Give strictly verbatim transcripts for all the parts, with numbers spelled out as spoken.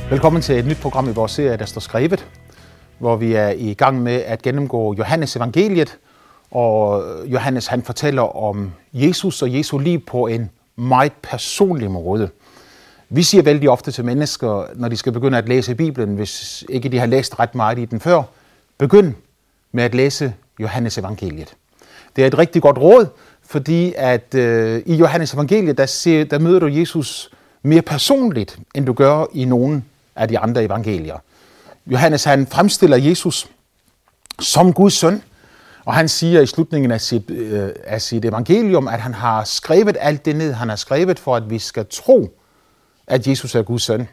Velkommen til et nyt program i vores serie, der står skrevet, hvor vi er i gang med at gennemgå Johannes evangeliet, og Johannes han fortæller om Jesus og Jesu liv på en meget personlig måde. Vi siger vældig ofte til mennesker, når de skal begynde at læse Bibelen, hvis ikke de har læst ret meget i den før, begynd med at læse Johannes evangeliet. Det er et rigtig godt råd, fordi at øh, i Johannes evangeliet, der, ser, der møder du Jesus mere personligt, end du gør i nogen af de andre evangelier. Johannes han fremstiller Jesus som Guds søn, og han siger i slutningen af sit, øh, af sit evangelium, at han har skrevet alt det ned, han har skrevet for, at vi skal tro, at Jesus er Guds søn.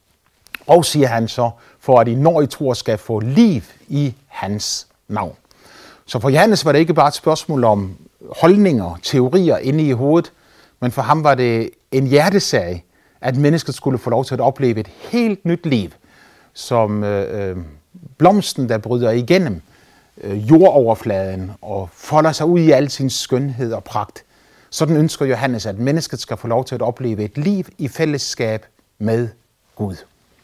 Og siger han så, for at I når I tror skal få liv i hans navn. Så for Johannes var det ikke bare et spørgsmål om holdninger, teorier inde i hovedet, men for ham var det en hjertesag, at mennesket skulle få lov til at opleve et helt nyt liv, som øh, blomsten, der bryder igennem øh, jordoverfladen og folder sig ud i al sin skønhed og pragt. Sådan ønsker Johannes, at mennesket skal få lov til at opleve et liv i fællesskab med Gud.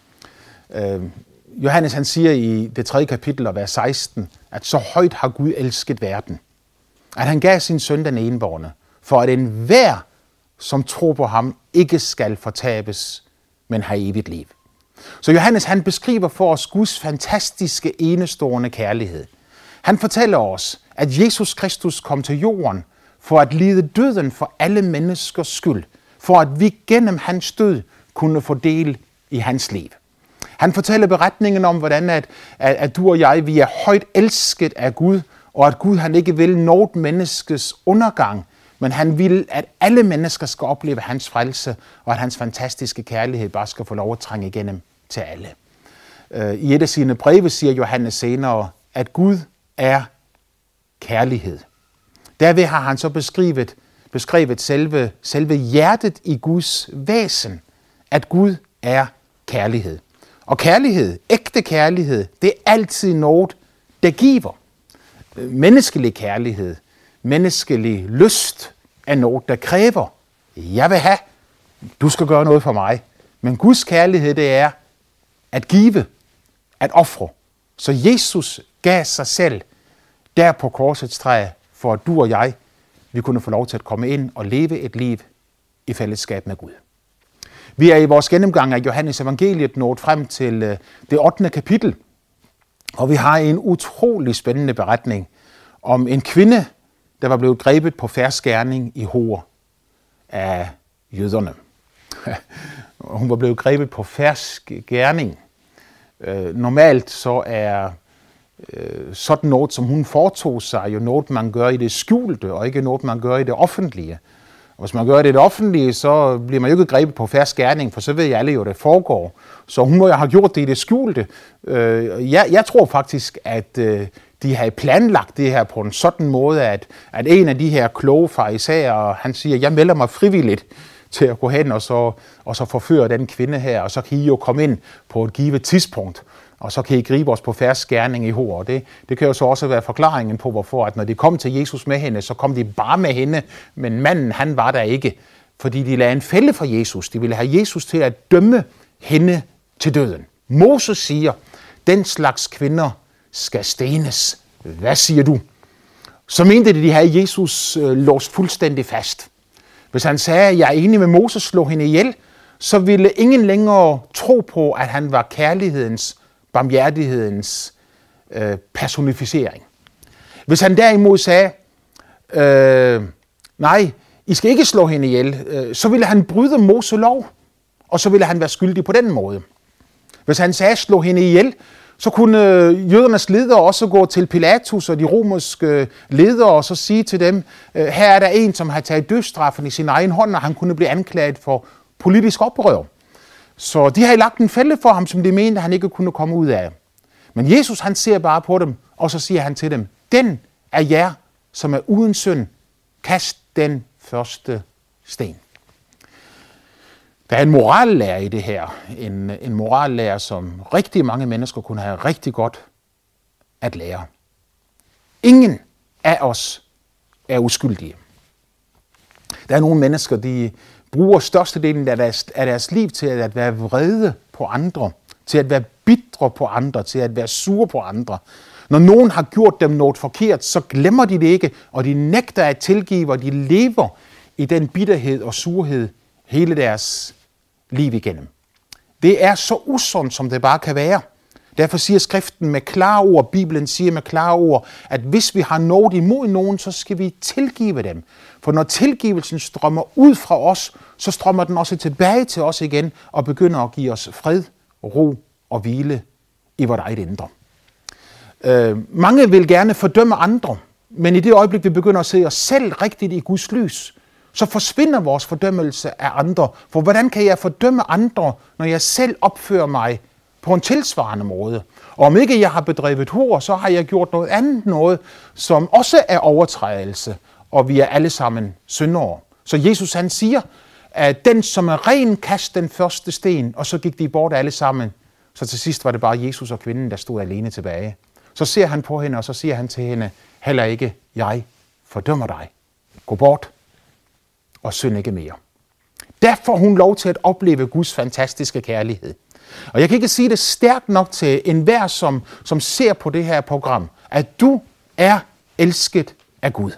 Øh, Johannes han siger i det tredje kapitel af vers seksten, at så højt har Gud elsket verden, at han gav sin søn den enbårne, for at enhver, som tror på ham, ikke skal fortabes, men have evigt liv. Så Johannes han beskriver for os Guds fantastiske, enestående kærlighed. Han fortæller os, at Jesus Kristus kom til jorden for at lide døden for alle menneskers skyld, for at vi gennem hans død kunne få del i hans liv. Han fortæller beretningen om, hvordan at, at, at du og jeg, vi er højt elsket af Gud, og at Gud han ikke vil noget menneskes undergang, men han vil, at alle mennesker skal opleve hans frelse, og at hans fantastiske kærlighed bare skal få lov at trænge igennem til alle. I et af sine breve siger Johannes senere, at Gud er kærlighed. Derved har han så beskrevet, beskrevet selve, selve hjertet i Guds væsen, at Gud er kærlighed. Og kærlighed, ægte kærlighed, det er altid noget, der giver. Menneskelig kærlighed, menneskelig lyst er noget, der kræver. Jeg vil have, du skal gøre noget for mig. Men Guds kærlighed, det er at give, at ofre. Så Jesus gav sig selv der på korsets træ, for at du og jeg, vi kunne få lov til at komme ind og leve et liv i fællesskab med Gud. Vi er i vores gennemgang af Johannes evangeliet nået frem til det ottende kapitel, og vi har en utrolig spændende beretning om en kvinde, der var blevet grebet på fersk gerning i Hor af jøderne. Hun var blevet grebet på fersk gerning. Normalt så er sådan noget, som hun foretog sig, jo noget, man gør i det skjulte, og ikke noget, man gør i det offentlige. Og hvis man gør det i det offentlige, så bliver man jo ikke grebet på fersk gerning, for så ved jeg alle jo, det foregår. Så hun må jo have gjort det i det skjulte. Jeg, jeg tror faktisk, at de havde planlagt det her på en sådan måde, at, at en af de her kloge farisæere, han siger, jeg melder mig frivilligt til at gå hen og så, og så forføre den kvinde her, og så kan I jo komme ind på et givet tidspunkt, og så kan I gribe os på fersk gerning i Hor. Det, det kan jo så også være forklaringen på, hvorfor at når de kom til Jesus med hende, så kom de bare med hende, men manden han var der ikke, fordi de lagde en fælde for Jesus. De ville have Jesus til at dømme hende til døden. Moses siger, den slags kvinder skal stenes. Hvad siger du? Så mente de, de havde Jesus øh, låst fuldstændig fast. Hvis han sagde, at jeg er enig med Moses, slog hende ihjel, så ville ingen længere tro på, at han var kærlighedens, barmhjertighedens øh, personificering. Hvis han derimod sagde, øh, nej, I skal ikke slå hende ihjel, øh, så ville han bryde Moses lov, og så ville han være skyldig på den måde. Hvis han sagde, slå hende ihjel, så kunne jødernes ledere også gå til Pilatus og de romerske ledere og så sige til dem, her er der en, som har taget dødsstraffen i sin egen hånd, og han kunne blive anklaget for politisk oprør. Så de har lagt en fælde for ham, som de mente, han ikke kunne komme ud af. Men Jesus, han ser bare på dem, og så siger han til dem, den er jer, som er uden synd, kast den første sten. Der er en morallærer i det her. En, en morallærer, som rigtig mange mennesker kunne have rigtig godt at lære. Ingen af os er uskyldige. Der er nogle mennesker, de bruger størstedelen af deres, af deres liv til at være vrede på andre. til at være bitre på andre, til at være sure på andre. Når nogen har gjort dem noget forkert, så glemmer de det ikke, og de nægter at tilgive, og de lever i den bitterhed og surhed hele deres liv igennem. Det er så usundt, som det bare kan være. Derfor siger skriften med klare ord, Bibelen siger med klare ord, at hvis vi har noget imod nogen, så skal vi tilgive dem. For når tilgivelsen strømmer ud fra os, så strømmer den også tilbage til os igen og begynder at give os fred, ro og hvile i vores eget indre. Øh, mange vil gerne fordømme andre, men i det øjeblik, vi begynder at se os selv rigtigt i Guds lys, så forsvinder vores fordømmelse af andre. For hvordan kan jeg fordømme andre, når jeg selv opfører mig på en tilsvarende måde? Og om ikke jeg har bedrevet hor, så har jeg gjort noget andet noget, som også er overtrædelse, og vi er alle sammen syndere. Så Jesus han siger, at den som er ren, kast den første sten, og så gik de bort alle sammen. Så til sidst var det bare Jesus og kvinden, der stod alene tilbage. Så ser han på hende, og så siger han til hende, heller ikke jeg fordømmer dig. Gå bort og synd ikke mere. Der får hun lov til at opleve Guds fantastiske kærlighed. Og jeg kan ikke sige det stærkt nok til enhver, som, som ser på det her program, at du er elsket af Gud.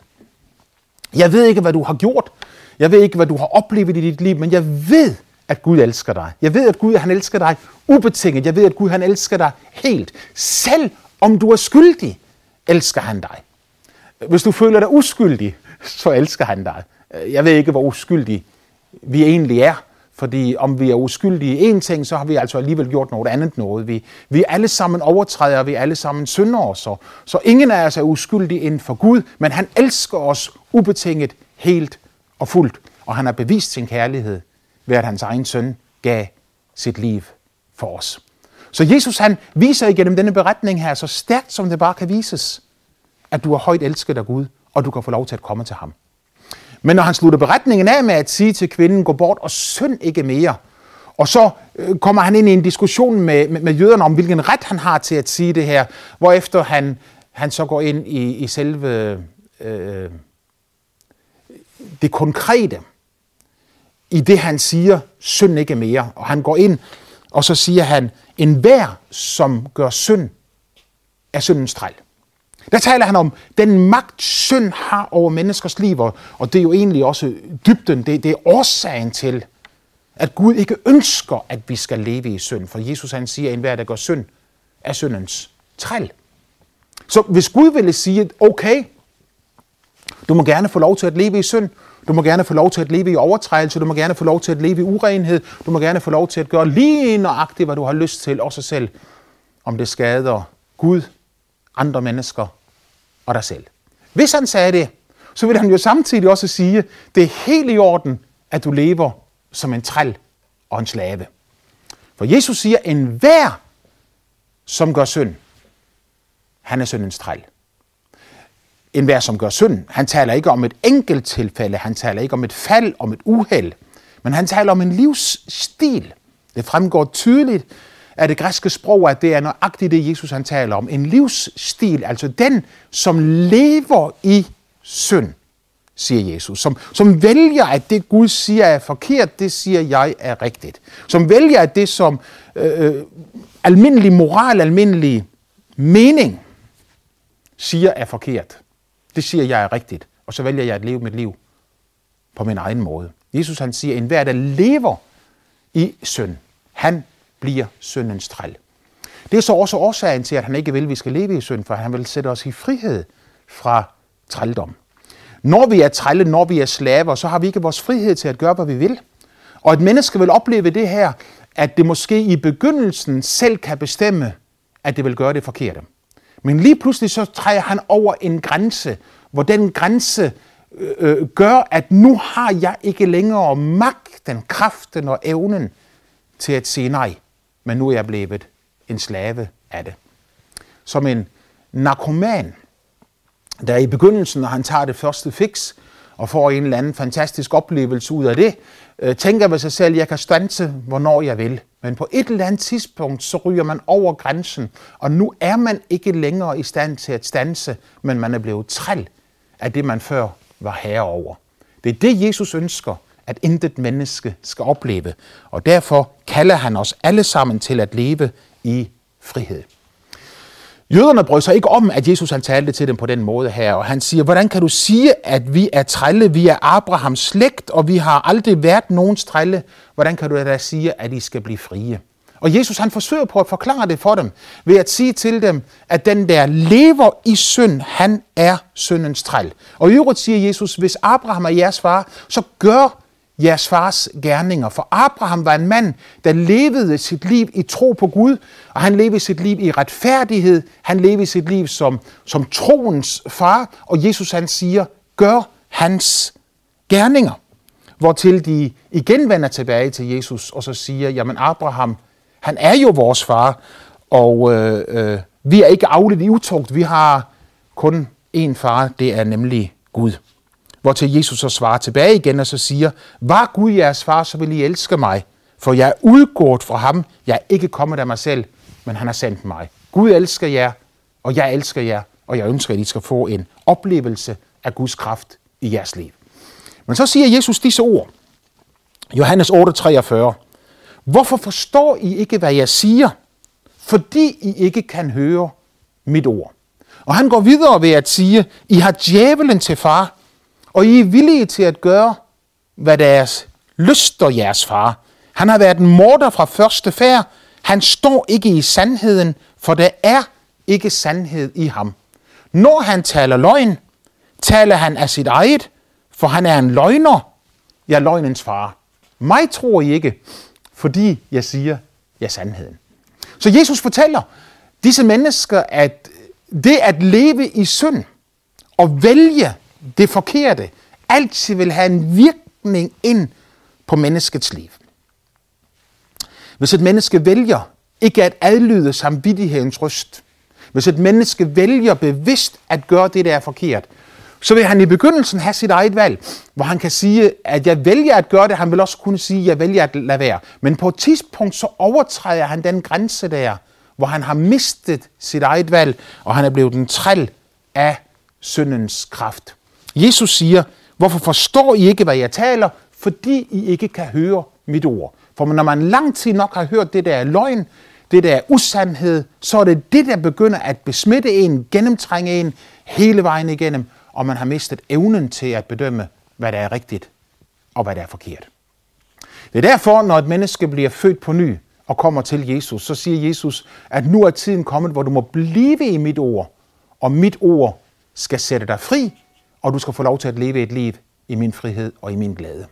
Jeg ved ikke, hvad du har gjort. Jeg ved ikke, hvad du har oplevet i dit liv, men jeg ved, at Gud elsker dig. Jeg ved, at Gud han elsker dig ubetinget. Jeg ved, at Gud han elsker dig helt. Selv om du er skyldig, elsker han dig. Hvis du føler dig uskyldig, så elsker han dig. Jeg ved ikke, hvor uskyldige vi egentlig er, fordi om vi er uskyldige i én ting, så har vi altså alligevel gjort noget andet noget. Vi, vi er alle sammen overtrædere, vi er alle sammen syndere, så, så ingen af os er uskyldige inden for Gud, men han elsker os ubetinget, helt og fuldt, og han har bevist sin kærlighed ved, at hans egen søn gav sit liv for os. Så Jesus han viser igennem denne beretning her, så stærkt som det bare kan vises, at du er højt elsket af Gud, og du kan få lov til at komme til ham. Men når han slutter beretningen af med at sige til kvinden, gå bort og synd ikke mere, og så øh, kommer han ind i en diskussion med, med, med jøderne om, hvilken ret han har til at sige det her, hvorefter han, han så går ind i, i selve øh, det konkrete, i det han siger, synd ikke mere. Og han går ind, og så siger han, enhver som gør synd, er syndens træl. Der taler han om den magt, synd har over menneskers liv, og det er jo egentlig også dybden, det, det er årsagen til, at Gud ikke ønsker, at vi skal leve i synd. For Jesus han siger, at enhver, der gør synd, er syndens træl. Så hvis Gud ville sige, okay, du må gerne få lov til at leve i synd, du må gerne få lov til at leve i overtrædelse, du må gerne få lov til at leve i urenhed, du må gerne få lov til at gøre lige nøjagtigt, hvad du har lyst til, også selv, om det skader Gud, andre mennesker og dig selv. Hvis han sagde det, så vil han jo samtidig også sige, det er helt i orden, at du lever som en træl og en slave. For Jesus siger, enhver, som gør synd, han er syndens træl. Enhver, som gør synd, han taler ikke om et enkelt tilfælde, han taler ikke om et fald, om et uheld, men han taler om en livsstil. Det fremgår tydeligt af det græske sprog, at det er nøjagtigt det, Jesus han taler om. En livsstil, altså den, som lever i synd, siger Jesus. Som, som vælger, at det Gud siger er forkert, det siger jeg er rigtigt. Som vælger, at det som øh, almindelig moral, almindelig mening, siger er forkert. Det siger jeg er rigtigt. Og så vælger jeg at leve mit liv på min egen måde. Jesus han siger, enhver, der lever i synd, han bliver syndens træl. Det er så også årsagen til, at han ikke vil, at vi skal leve i synd, for han vil sætte os i frihed fra trældom. Når vi er trælle, når vi er slaver, så har vi ikke vores frihed til at gøre, hvad vi vil. Og et menneske vil opleve det her, at det måske i begyndelsen selv kan bestemme, at det vil gøre det forkerte. Men lige pludselig så træder han over en grænse, hvor den grænse øh, gør, at nu har jeg ikke længere magten, kraften og evnen til at sige nej, men nu er jeg blevet en slave af det. Som en narkoman, der i begyndelsen, når han tager det første fix, og får en eller anden fantastisk oplevelse ud af det, øh, tænker ved sig selv, jeg kan standse, hvornår jeg vil. Men på et eller andet tidspunkt, så ryger man over grænsen, og nu er man ikke længere i stand til at standse, men man er blevet træl af det, man før var herre over. Det er det, Jesus ønsker, at intet menneske skal opleve. Og derfor kalder han os alle sammen til at leve i frihed. Jøderne brød sig ikke om, at Jesus han talte til dem på den måde her, og han siger, hvordan kan du sige, at vi er trælle, vi er Abrahams slægt, og vi har aldrig været nogens trælle? Hvordan kan du da sige, at I skal blive frie? Og Jesus han forsøger på at forklare det for dem, ved at sige til dem, at den der lever i synd, han er syndens træl. Og i øvrigt siger Jesus, hvis Abraham er jeres far, så gør jeres fars gerninger. For Abraham var en mand, der levede sit liv i tro på Gud, og han levede sit liv i retfærdighed. Han levede sit liv som, som troens far, og Jesus han siger, gør hans gerninger. Hvortil de igen vender tilbage til Jesus, og så siger, jamen Abraham, han er jo vores far, og øh, øh, vi er ikke afledt i utugt. Vi har kun én far, det er nemlig Gud. Hvortil Jesus så svarer tilbage igen og så siger, var Gud jeres far, så vil I elske mig, for jeg er udgået fra ham. Jeg er ikke kommet af mig selv, men han har sendt mig. Gud elsker jer, og jeg elsker jer, og jeg ønsker, at I skal få en oplevelse af Guds kraft i jeres liv. Men så siger Jesus disse ord, Johannes otte treogfyrre. Hvorfor forstår I ikke, hvad jeg siger? Fordi I ikke kan høre mit ord. Og han går videre ved at sige, I har djævelen til far, og I er villige til at gøre, hvad deres lyster jeres far. Han har været en morder fra første færd. Han står ikke i sandheden, for der er ikke sandhed i ham. Når han taler løgn, taler han af sit eget, for han er en løgner. Jeg er løgnens far. Mig tror I ikke, fordi jeg siger, jeg er sandheden. Så Jesus fortæller disse mennesker, at det at leve i synd og vælge det forkerte, altid vil have en virkning ind på menneskets liv. Hvis et menneske vælger ikke at adlyde samvittighedens røst, hvis et menneske vælger bevidst at gøre det, der er forkert, så vil han i begyndelsen have sit eget valg, hvor han kan sige, at jeg vælger at gøre det. Han vil også kunne sige, at jeg vælger at lade være. Men på et tidspunkt, så overtræder han den grænse der, hvor han har mistet sit eget valg, og han er blevet en træl af syndens kraft. Jesus siger, hvorfor forstår I ikke, hvad jeg taler? Fordi I ikke kan høre mit ord. For når man lang tid nok har hørt det der er løgn, det der er usandhed, så er det det, der begynder at besmitte en, gennemtrænge en hele vejen igennem, og man har mistet evnen til at bedømme, hvad der er rigtigt og hvad der er forkert. Det er derfor, når et menneske bliver født på ny og kommer til Jesus, så siger Jesus, at nu er tiden kommet, hvor du må blive i mit ord, og mit ord skal sætte dig fri, og du skal få lov til at leve et liv i min frihed og i min glæde.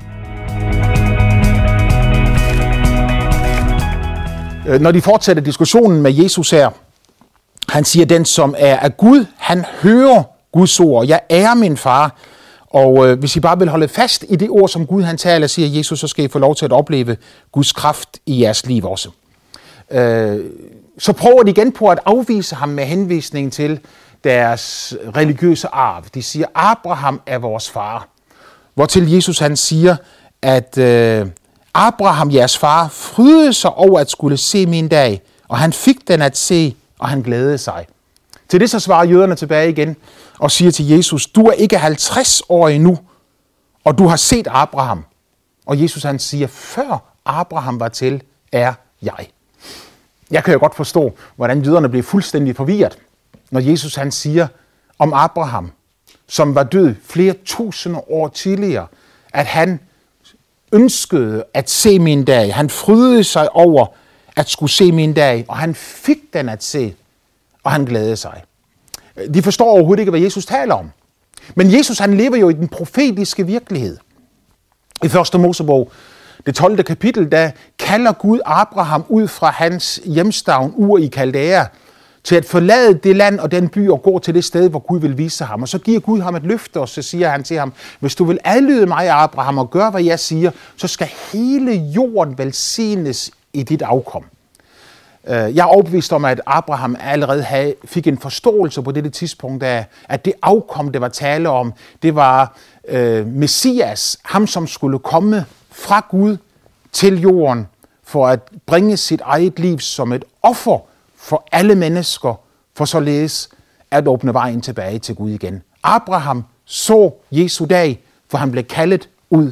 Når de fortsætter diskussionen med Jesus her, han siger, den som er af Gud, han hører Guds ord. Jeg er min far, og øh, hvis I bare vil holde fast i det ord, som Gud han taler, siger Jesus, så skal I få lov til at opleve Guds kraft i jeres liv også. Øh, så prøver de igen på at afvise ham med henvisning til deres religiøse arv. De siger, Abraham er vores far. Hvortil Jesus han siger, at øh, Abraham, jeres far, frydede sig over at skulle se min dag, og han fik den at se, og han glædede sig. Til det så svarer jøderne tilbage igen og siger til Jesus, du er ikke halvtreds år endnu, og du har set Abraham. Og Jesus han siger, før Abraham var til, er jeg. Jeg kan jo godt forstå, hvordan jøderne bliver fuldstændig forvirret, når Jesus han siger om Abraham, som var død flere tusinde år tidligere, at han ønskede at se min dag. Han frydede sig over at skulle se min dag, og han fik den at se, og han glædede sig. De forstår overhovedet ikke, hvad Jesus taler om. Men Jesus han lever jo i den profetiske virkelighed. I første Mosebog, det tolvte kapitel, der kalder Gud Abraham ud fra hans hjemstavn Ur i Kaldæa, til at forlade det land og den by og gå til det sted, hvor Gud vil vise ham. Og så giver Gud ham et løfte, og så siger han til ham, hvis du vil adlyde mig, Abraham, og gøre, hvad jeg siger, så skal hele jorden velsignes i dit afkom. Jeg er overbevist om, at Abraham allerede havde, fik en forståelse på dette tidspunkt af, at det afkom, det var tale om, det var øh, Messias, ham som skulle komme fra Gud til jorden, for at bringe sit eget liv som et offer for alle mennesker, for således at åbne vejen tilbage til Gud igen. Abraham så Jesu dag, for han blev kaldet ud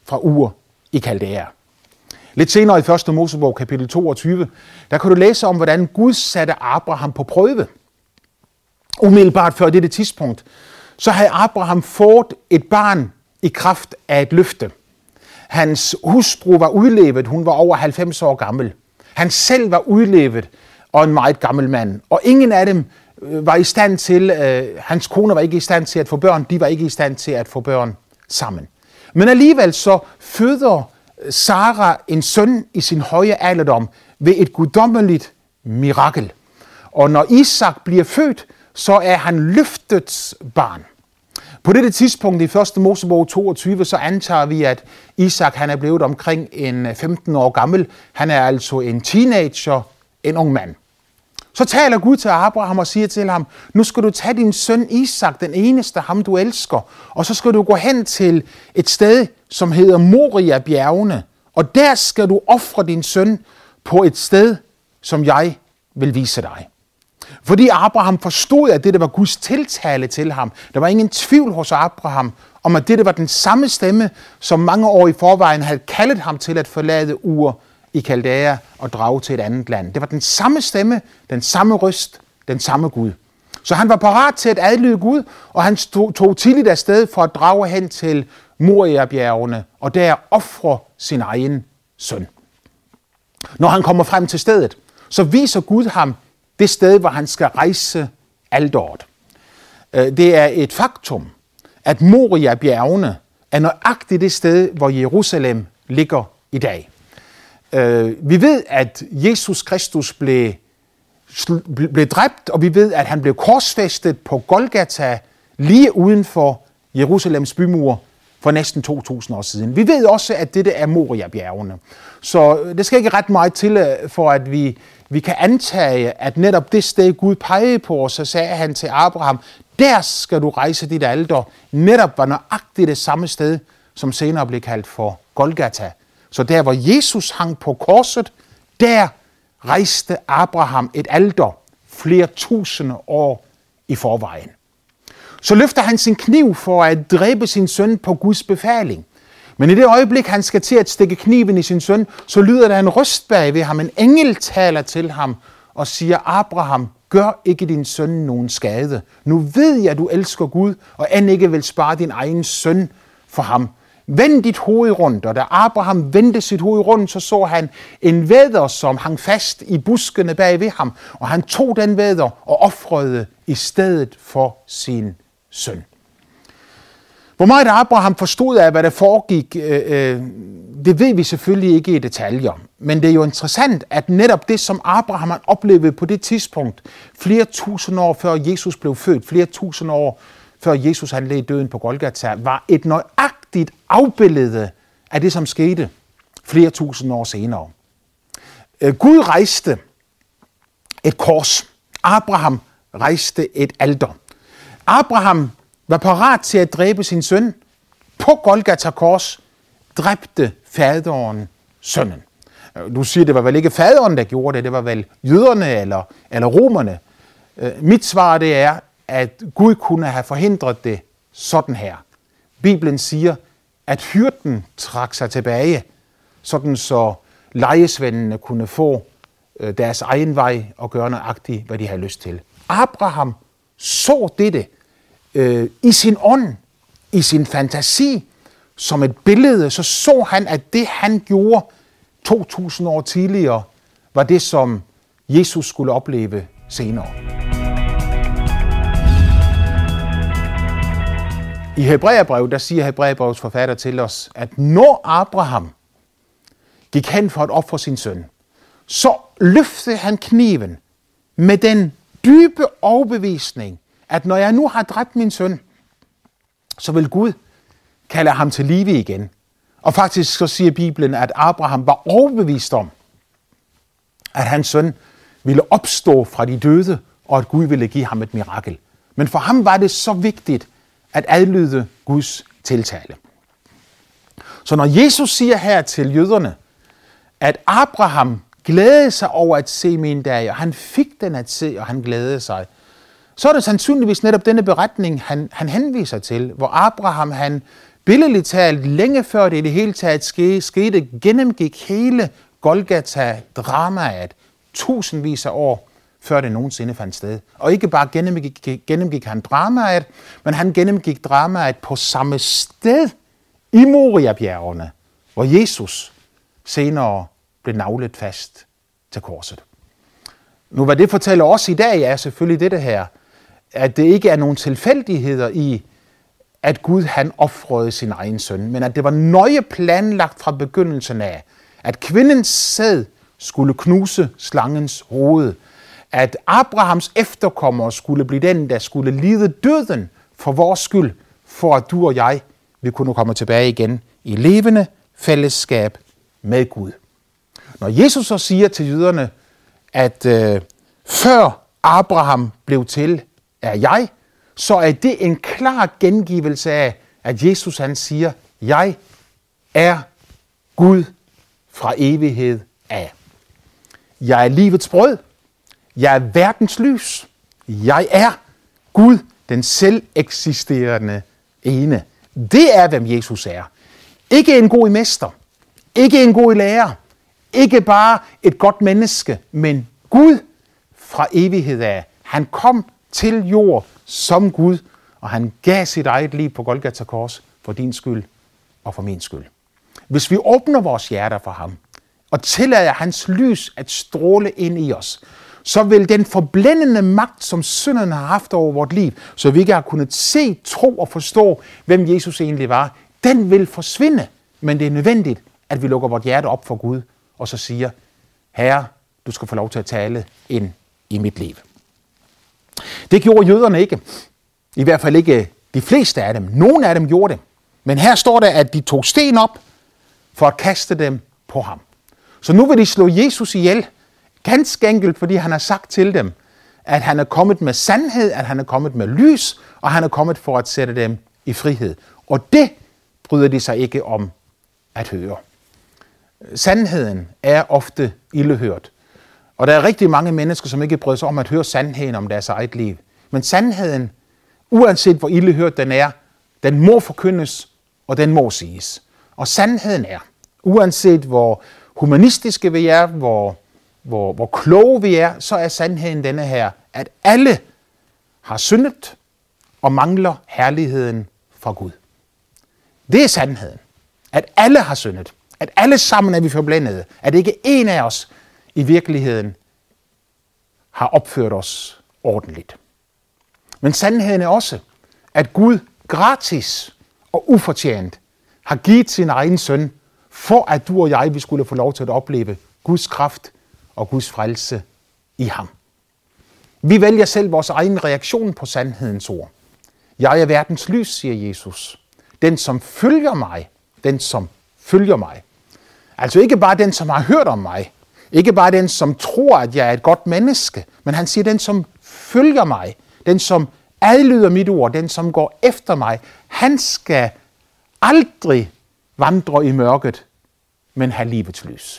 fra Ur i Kaldæa. Lidt senere i første Mosebog, kapitel toogtyve, der kan du læse om, hvordan Gud satte Abraham på prøve. Umiddelbart før dette tidspunkt, så havde Abraham fået et barn i kraft af et løfte. Hans hustru var udlevet, hun var over halvfems år gammel. Han selv var udlevet og en meget gammel mand. Og ingen af dem var i stand til, øh, hans kone var ikke i stand til at få børn, de var ikke i stand til at få børn sammen. Men alligevel så føder Sara en søn i sin høje alderdom ved et guddommeligt mirakel. Og når Isak bliver født, så er han løftets barn. På dette tidspunkt i første Mosebog toogtyve, så antager vi, at Isak han er blevet omkring en femten år gammel. Han er altså en teenager, en ung mand. Så taler Gud til Abraham og siger til ham, nu skal du tage din søn Isak, den eneste, ham du elsker, og så skal du gå hen til et sted, som hedder Moria-bjergene, og der skal du ofre din søn på et sted, som jeg vil vise dig. Fordi Abraham forstod, at dette var Guds tiltale til ham. Der var ingen tvivl hos Abraham om, at dette var den samme stemme, som mange år i forvejen havde kaldet ham til at forlade Ur i Kaldæa og drage til et andet land. Det var den samme stemme, den samme røst, den samme Gud. Så han var parat til at adlyde Gud, og han tog, tog tidligt afsted for at drage hen til Moria-bjergene og der ofre sin egen søn. Når han kommer frem til stedet, så viser Gud ham det sted, hvor han skal rejse alteret. Det er et faktum, at Moria-bjergene er nøjagtigt det sted, hvor Jerusalem ligger i dag. Vi ved, at Jesus Kristus blev, blev dræbt, og vi ved, at han blev korsfæstet på Golgata lige uden for Jerusalems bymur for næsten to tusind år siden. Vi ved også, at dette er Moria-bjergene. Så det skal ikke ret meget til, for at vi, vi kan antage, at netop det sted, Gud pegede på, så sagde han til Abraham, der skal du rejse dit alter. Netop var nøjagtigt det samme sted, som senere blev kaldt for Golgata. Så der, hvor Jesus hang på korset, der rejste Abraham et alter flere tusinde år i forvejen. Så løfter han sin kniv for at dræbe sin søn på Guds befaling. Men i det øjeblik, han skal til at stikke kniven i sin søn, så lyder der en røst bag ved ham. En engel taler til ham og siger, Abraham, gør ikke din søn nogen skade. Nu ved jeg, at du elsker Gud, og end ikke vil spare din egen søn for ham. Vend dit hoved rundt, og da Abraham vendte sit hoved rundt, så så han en vædder, som hang fast i buskene bag ved ham, og han tog den vædder og ofrede i stedet for sin søn. Hvor meget Abraham forstod af, hvad der foregik, øh, det ved vi selvfølgelig ikke i detaljer. Men det er jo interessant, at netop det, som Abraham oplevede på det tidspunkt, flere tusind år før Jesus blev født, flere tusind år før Jesus han led døden på Golgata, var et nøjagtigt afbillede af det, som skete flere tusind år senere. Gud rejste et kors. Abraham rejste et alter. Abraham var parat til at dræbe sin søn. På Golgata kors dræbte faderen sønnen. Du siger, det var vel ikke faderen, der gjorde det, det var vel jøderne eller, eller romerne. Mit svar det er, at Gud kunne have forhindret det sådan her. Bibelen siger, at hyrden trak sig tilbage, sådan så lejesvendene kunne få deres egen vej og gøre nøjagtigt, hvad de havde lyst til. Abraham så dette øh, i sin ånd, i sin fantasi, som et billede, så så han, at det han gjorde to tusind år tidligere, var det, som Jesus skulle opleve senere. I Hebræerbrevet, der siger Hebræerbrevets forfatter til os, at når Abraham gik hen for at ofre sin søn, så løftede han kniven med den dybe overbevisning, at når jeg nu har dræbt min søn, så vil Gud kalde ham til live igen. Og faktisk så siger Bibelen, at Abraham var overbevist om, at hans søn ville opstå fra de døde, og at Gud ville give ham et mirakel. Men for ham var det så vigtigt at adlyde Guds tiltale. Så når Jesus siger her til jøderne, at Abraham glædede sig over at se min dag, og han fik den at se, og han glædede sig, så er det sandsynligvis netop denne beretning, han, han henviser til, hvor Abraham han billedligt talt, længe før det i det hele taget skete, gennemgik hele Golgata-dramaet tusindvis af år, før det nogensinde fandt sted. Og ikke bare gennemgik, gennemgik han dramaet, men han gennemgik dramaet på samme sted i Moria-bjergene, hvor Jesus senere blev naglet fast til korset. Nu, hvad det fortæller os i dag, er selvfølgelig dette her, at det ikke er nogen tilfældigheder i, at Gud han ofrede sin egen søn, men at det var nøje planlagt fra begyndelsen af, at kvindens sæd skulle knuse slangens hoved, at Abrahams efterkommere skulle blive den, der skulle lide døden for vores skyld, for at du og jeg vil kunne komme tilbage igen i levende fællesskab med Gud. Når Jesus så siger til jøderne, at øh, før Abraham blev til, er jeg, så er det en klar gengivelse af, at Jesus han siger, jeg er Gud fra evighed af. Jeg er livets brød. Jeg er verdens lys. Jeg er Gud, den selv eksisterende ene. Det er, hvem Jesus er. Ikke en god mester. Ikke en god lærer. Ikke bare et godt menneske, men Gud fra evighed af. Han kom til jord som Gud, og han gav sit eget liv på Golgata kors for din skyld og for min skyld. Hvis vi åbner vores hjerter for ham, og tillader hans lys at stråle ind i os, så vil den forblændende magt, som synden har haft over vort liv, så vi ikke har kunnet se, tro og forstå, hvem Jesus egentlig var, den vil forsvinde. Men det er nødvendigt, at vi lukker vort hjerte op for Gud, og så siger, Herre, du skal få lov til at tale ind i mit liv. Det gjorde jøderne ikke. I hvert fald ikke de fleste af dem. Nogle af dem gjorde det. Men her står der, at de tog sten op for at kaste dem på ham. Så nu vil de slå Jesus ihjel. Ganske enkelt, fordi han har sagt til dem, at han er kommet med sandhed, at han er kommet med lys, og han er kommet for at sætte dem i frihed. Og det bryder de sig ikke om at høre. Sandheden er ofte ildehørt. Og der er rigtig mange mennesker, som ikke bryder sig om at høre sandheden om deres eget liv. Men sandheden, uanset hvor ildehørt den er, den må forkyndes, og den må siges. Og sandheden er, uanset hvor humanistiske vi er, hvor, hvor, hvor kloge vi er, så er sandheden denne her, at alle har syndet og mangler herligheden fra Gud. Det er sandheden. At alle har syndet. At alle sammen er vi forblændede. At ikke en af os i virkeligheden har opført os ordentligt. Men sandheden er også, at Gud gratis og ufortjent har givet sin egen søn, for at du og jeg vi skulle få lov til at opleve Guds kraft og Guds frelse i ham. Vi vælger selv vores egen reaktion på sandhedens ord. Jeg er verdens lys, siger Jesus. Den, som følger mig, den, som følger mig. Altså ikke bare den, som har hørt om mig, ikke bare den, som tror, at jeg er et godt menneske, men han siger, den, som følger mig, den, som adlyder mit ord, den, som går efter mig, han skal aldrig vandre i mørket, men have livets lys.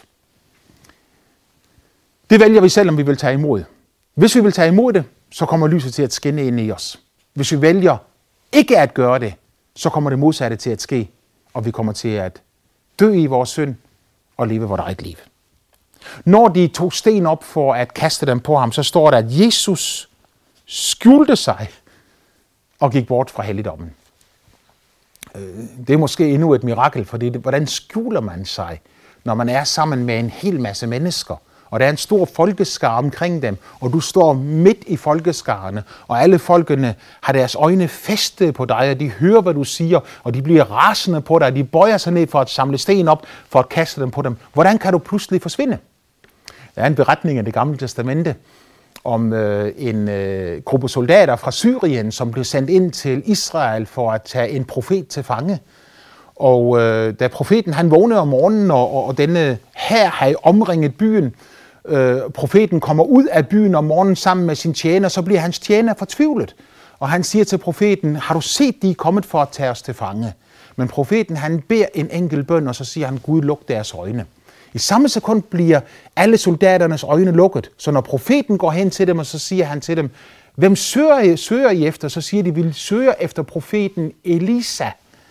Det vælger vi selv, om vi vil tage imod. Hvis vi vil tage imod det, så kommer lyset til at skinne ind i os. Hvis vi vælger ikke at gøre det, så kommer det modsatte til at ske, og vi kommer til at dø i vores synd og leve vores eget liv. Når de tog sten op for at kaste dem på ham, så står der, at Jesus skjulte sig og gik bort fra helligdommen. Det er måske endnu et mirakel, fordi det, hvordan skjuler man sig, når man er sammen med en hel masse mennesker, og der er en stor folkeskare omkring dem, og du står midt i folkeskarerne, og alle folkene har deres øjne festet på dig, og de hører, hvad du siger, og de bliver rasende på dig, og de bøjer sig ned for at samle sten op, for at kaste dem på dem. Hvordan kan du pludselig forsvinde? Der er en beretning af Det Gamle Testamente om øh, en øh, gruppe soldater fra Syrien, som blev sendt ind til Israel for at tage en profet til fange. Og øh, da profeten han vågnede om morgenen, og, og, og denne hær havde omringet byen, øh, profeten kommer ud af byen om morgenen sammen med sin tjener, så bliver hans tjener fortvivlet. Og han siger til profeten, har du set, de er kommet for at tage os til fange? Men profeten han beder en enkelt bøn, og så siger han, Gud, luk deres øjne. I samme sekund bliver alle soldaternes øjne lukket. Så når profeten går hen til dem, og så siger han til dem, hvem søger I, søger I efter? Så siger de, vi søger efter profeten Elisa.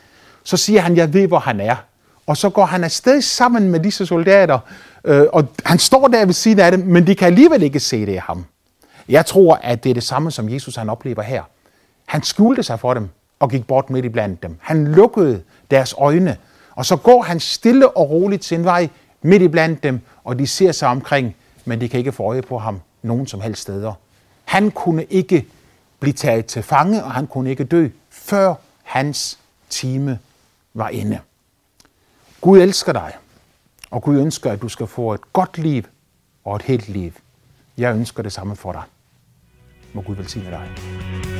Så siger han, jeg ved, hvor han er. Og så går han afsted sammen med disse soldater, øh, og han står der ved siden af dem, men de kan alligevel ikke se, det er ham. Jeg tror, at det er det samme, som Jesus han oplever her. Han skjulte sig for dem og gik bort midt i blandt dem. Han lukkede deres øjne, og så går han stille og roligt sin vej midt i blandt dem, og de ser sig omkring, men de kan ikke få øje på ham nogen som helst steder. Han kunne ikke blive taget til fange, og han kunne ikke dø, før hans time var inde. Gud elsker dig, og Gud ønsker, at du skal få et godt liv og et helt liv. Jeg ønsker det samme for dig. Må Gud velsigne dig.